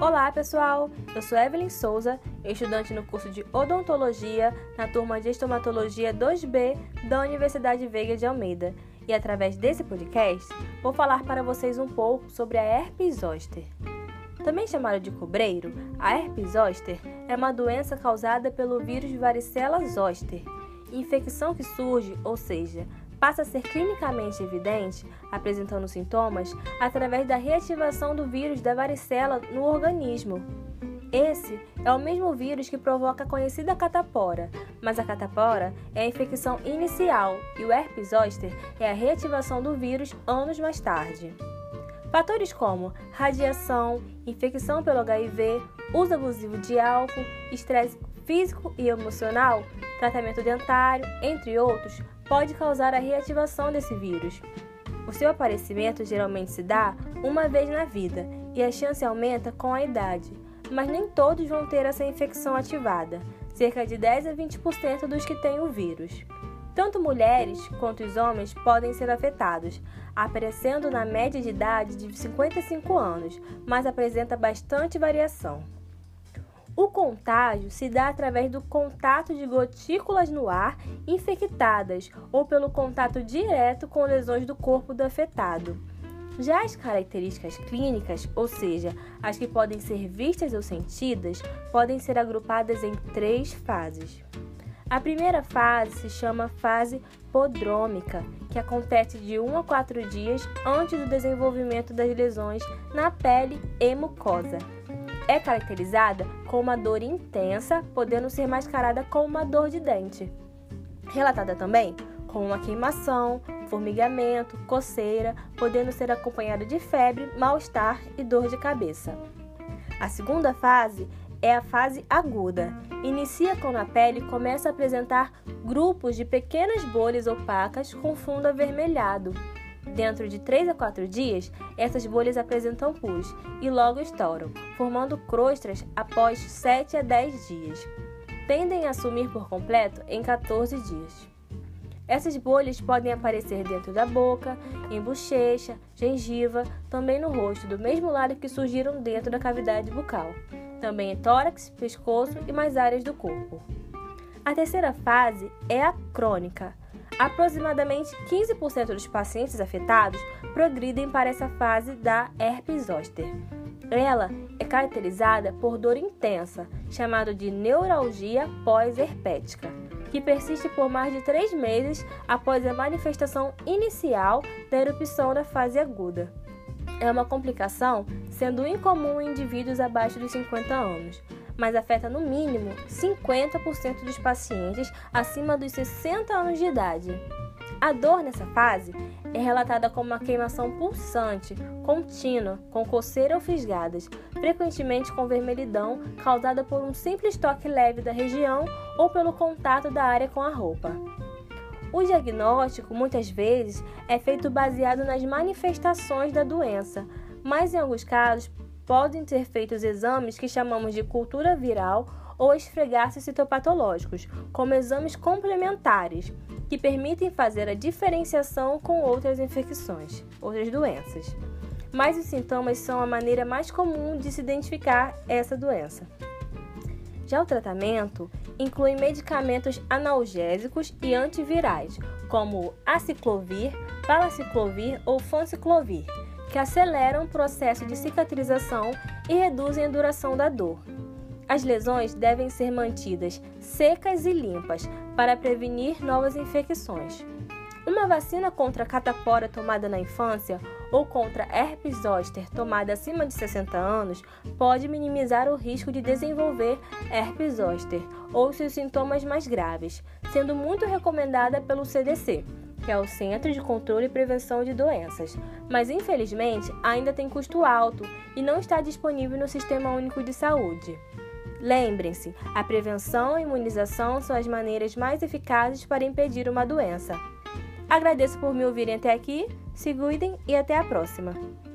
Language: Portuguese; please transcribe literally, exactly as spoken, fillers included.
Olá pessoal, eu sou Evelyn Souza, estudante no curso de Odontologia na turma de Estomatologia dois B da Universidade Veiga de Almeida. E através desse podcast, vou falar para vocês um pouco sobre a herpes zoster. Também chamada de cobreiro, a herpes zoster é uma doença causada pelo vírus varicela zoster, infecção que surge, ou seja, passa a ser clinicamente evidente, apresentando sintomas, através da reativação do vírus da varicela no organismo. Esse é o mesmo vírus que provoca a conhecida catapora, mas a catapora é a infecção inicial e o herpes zoster é a reativação do vírus anos mais tarde. Fatores como radiação, infecção pelo H I V, uso abusivo de álcool, estresse físico e emocional, tratamento dentário, entre outros, pode causar a reativação desse vírus. O seu aparecimento geralmente se dá uma vez na vida e a chance aumenta com a idade, mas nem todos vão ter essa infecção ativada, cerca de dez a vinte por cento dos que têm o vírus. Tanto mulheres quanto os homens podem ser afetados, aparecendo na média de idade de cinquenta e cinco anos, mas apresenta bastante variação. O contágio se dá através do contato de gotículas no ar infectadas ou pelo contato direto com lesões do corpo do afetado. Já as características clínicas, ou seja, as que podem ser vistas ou sentidas, podem ser agrupadas em três fases. A primeira fase se chama fase prodrômica, que acontece de um a quatro dias antes do desenvolvimento das lesões na pele e mucosa. É caracterizada com uma dor intensa, podendo ser mascarada com uma dor de dente. Relatada também com uma queimação, formigamento, coceira, podendo ser acompanhada de febre, mal-estar e dor de cabeça. A segunda fase é a fase aguda. Inicia quando a pele começa a apresentar grupos de pequenas bolhas opacas com fundo avermelhado. Dentro de três a quatro dias, essas bolhas apresentam pus e logo estouram, formando crostras após sete a dez dias. Tendem a sumir por completo em quatorze dias. Essas bolhas podem aparecer dentro da boca, em bochecha, gengiva, também no rosto, do mesmo lado que surgiram dentro da cavidade bucal, também em tórax, pescoço e mais áreas do corpo. A terceira fase é a crônica. Aproximadamente quinze por cento dos pacientes afetados progridem para essa fase da herpes zoster. Ela é caracterizada por dor intensa, chamada de neuralgia pós-herpética, que persiste por mais de três meses após a manifestação inicial da erupção da fase aguda. É uma complicação, sendo incomum em indivíduos abaixo dos cinquenta anos, mas afeta no mínimo cinquenta por cento dos pacientes acima dos sessenta anos de idade. A dor nessa fase é relatada como uma queimação pulsante, contínua, com coceira ou fisgadas, frequentemente com vermelhidão causada por um simples toque leve da região ou pelo contato da área com a roupa. O diagnóstico, muitas vezes, é feito baseado nas manifestações da doença, mas em alguns casos podem ser feitos exames que chamamos de cultura viral ou esfregaços citopatológicos, como exames complementares, que permitem fazer a diferenciação com outras infecções, outras doenças. Mas os sintomas são a maneira mais comum de se identificar essa doença. Já o tratamento inclui medicamentos analgésicos e antivirais, como aciclovir, palaciclovir ou fanciclovir, que aceleram o processo de cicatrização e reduzem a duração da dor. As lesões devem ser mantidas secas e limpas para prevenir novas infecções. Uma vacina contra a catapora tomada na infância ou contra herpes zoster tomada acima de sessenta anos pode minimizar o risco de desenvolver herpes zoster ou seus sintomas mais graves, sendo muito recomendada pelo C D C, que é o Centro de Controle e Prevenção de Doenças, mas infelizmente ainda tem custo alto e não está disponível no Sistema Único de Saúde. Lembrem-se, a prevenção e imunização são as maneiras mais eficazes para impedir uma doença. Agradeço por me ouvirem até aqui, se cuidem e até a próxima!